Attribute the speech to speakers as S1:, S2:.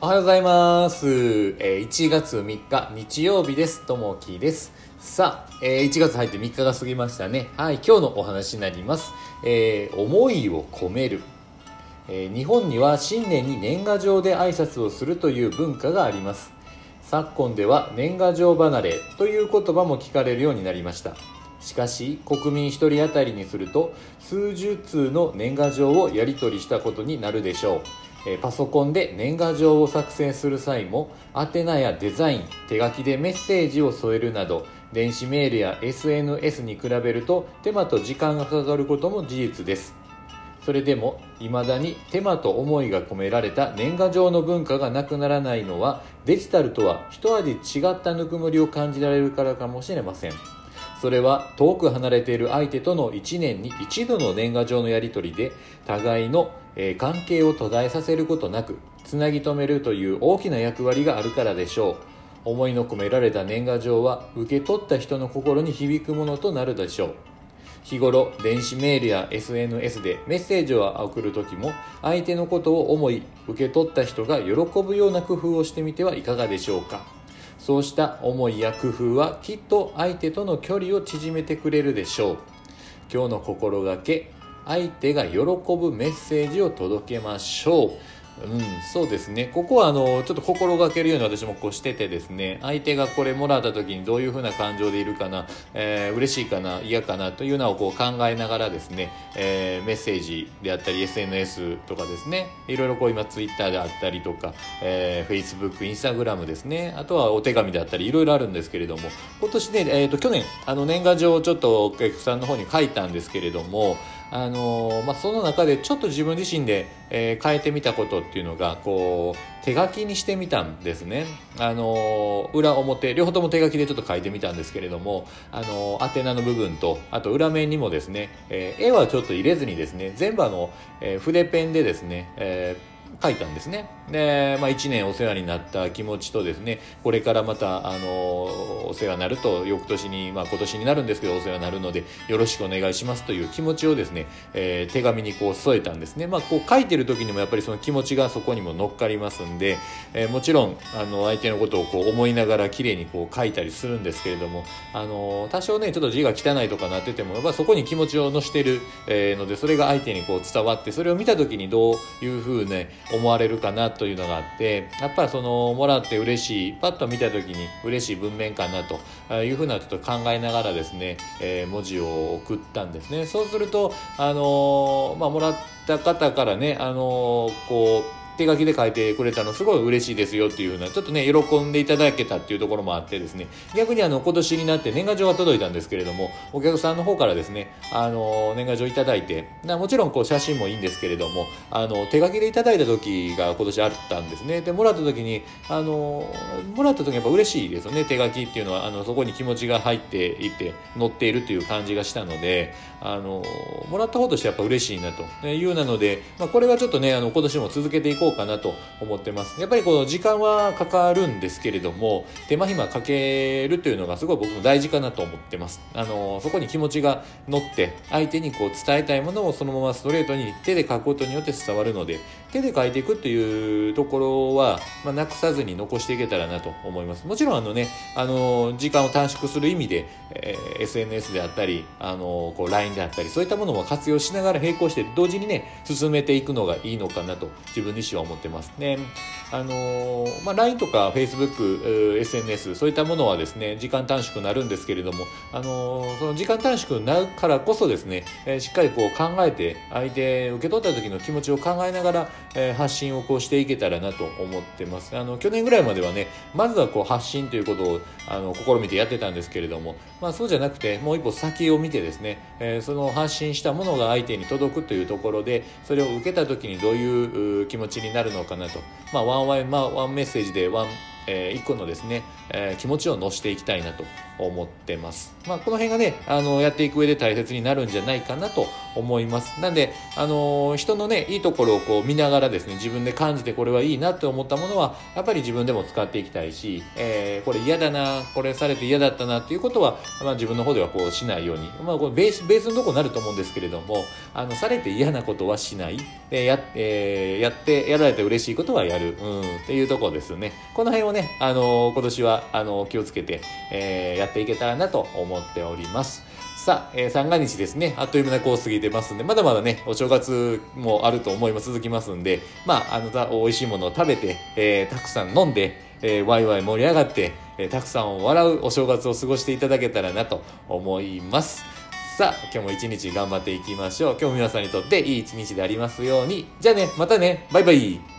S1: おはようございます。1月3日日曜日です。ともきです。さあ、1月入って3日が過ぎましたね。はい、今日のお話になります。思いを込める。日本には新年に年賀状で挨拶をするという文化があります。昨今では年賀状離れという言葉も聞かれるようになりました。しかし国民一人当たりにすると数十通の年賀状をやり取りしたことになるでしょう。パソコンで年賀状を作成する際も宛名やデザイン、手書きでメッセージを添えるなど電子メールや SNS に比べると手間と時間がかかることも事実です。それでも未だに手間と思いが込められた年賀状の文化がなくならないのはデジタルとは一味違ったぬくもりを感じられるからかもしれません。それは遠く離れている相手との1年に一度の年賀状のやり取りで互いの関係を途絶えさせることなくつなぎ止めるという大きな役割があるからでしょう。思いの込められた年賀状は受け取った人の心に響くものとなるでしょう。日頃電子メールや SNS でメッセージを送るときも相手のことを思い受け取った人が喜ぶような工夫をしてみてはいかがでしょうか。そうした思いや工夫はきっと相手との距離を縮めてくれるでしょう。今日の心がけ、相手が喜ぶメッセージを届けましょう。そうですね。ここはちょっと心がけるように私もこうしててですね、相手がこれもらった時にどういう風な感情でいるかな、嬉しいかな、嫌かなというのをこう考えながらですね、メッセージであったり SNS とかですね、いろいろこう今 Twitter であったりとか、Facebook、Instagram ですね、あとはお手紙であったりいろいろあるんですけれども、今年ね、去年年賀状をちょっとお客さんの方に書いたんですけれども、その中でちょっと自分自身で、変えてみたことっていうのがこう手書きにしてみたんですね。裏表両方とも手書きでちょっと書いてみたんですけれども、宛名の部分とあと裏面にもですね、絵はちょっと入れずにですね、全部筆ペンでですね、書いたんですね。で、1年お世話になった気持ちとですね、これからまたお世話になると翌年に、今年になるんですけどお世話になるのでよろしくお願いしますという気持ちをですね、手紙にこう添えたんですね。こう書いてる時にもやっぱりその気持ちがそこにも乗っかりますんで、もちろん相手のことをこう思いながら綺麗にこう書いたりするんですけれども、多少ねちょっと字が汚いとかなっててもやっぱそこに気持ちを乗せてる、のでそれが相手にこう伝わって、それを見た時にどういうふうね思われるかなというのがあって、やっぱりもらって嬉しい、パッと見た時に嬉しい文面かなというふうなちょっと考えながらですね、文字を送ったんですね。そうするともらった方からねこう手書きで書いてくれたのすごい嬉しいですよっていうふうな、ちょっとね喜んでいただけたっていうところもあってですね、逆に今年になって年賀状が届いたんですけれども、お客さんの方からですね年賀状いただいて、もちろんこう写真もいいんですけれども手書きでいただいた時が今年あったんですね。でもらった時にもらった時やっぱ嬉しいですよね。手書きっていうのはそこに気持ちが入っていて乗っているという感じがしたので、もらった方としてやっぱ嬉しいなというなので、これはちょっとね今年も続けていこうかなと思ってます。やっぱりこの時間はかかるんですけれども手間暇かけるというのがすごい僕も大事かなと思ってます。そこに気持ちが乗って相手にこう伝えたいものをそのままストレートに手で書くことによって伝わるので、手で書いていくっていうところは、なくさずに残していけたらなと思います。もちろん時間を短縮する意味で、SNS であったりこう LINE であったりそういったものも活用しながら並行して同時にね進めていくのがいいのかなと自分自身は思ってますね。LINE とか Facebook、SNS そういったものはですね時間短縮になるんですけれども、その時間短縮になるからこそですね、しっかりこう考えて相手受け取った時の気持ちを考えながら、発信をこうしていけたらなと思ってます。去年ぐらいまではねまずはこう発信ということを試みてやってたんですけれども、そうじゃなくてもう一歩先を見てですね、その発信したものが相手に届くというところでそれを受けた時にどういう気持ちになるのかなと、ワンメッセージで一個のですね、気持ちを乗せていきたいなと思ってます。この辺がね、やっていく上で大切になるんじゃないかなと思います。なんで、人のね、いいところをこう見ながらですね、自分で感じてこれはいいなって思ったものは、やっぱり自分でも使っていきたいし、これ嫌だな、これされて嫌だったなっていうことは、自分の方ではこうしないように、これベースのとこになると思うんですけれども、されて嫌なことはしない。やられて嬉しいことはやる。っていうところですね。この辺をね、今年は、気をつけて、やっていけたらなと思っております。さあ、三が日ですね。あっという間にこう過ぎてますんで、まだまだね、お正月もあると思います。続きますんで、美味しいものを食べて、たくさん飲んで、ワイワイ盛り上がって、たくさん笑うお正月を過ごしていただけたらなと思います。さあ、今日も一日頑張っていきましょう。今日も皆さんにとっていい一日でありますように。じゃあね、またね、バイバイ。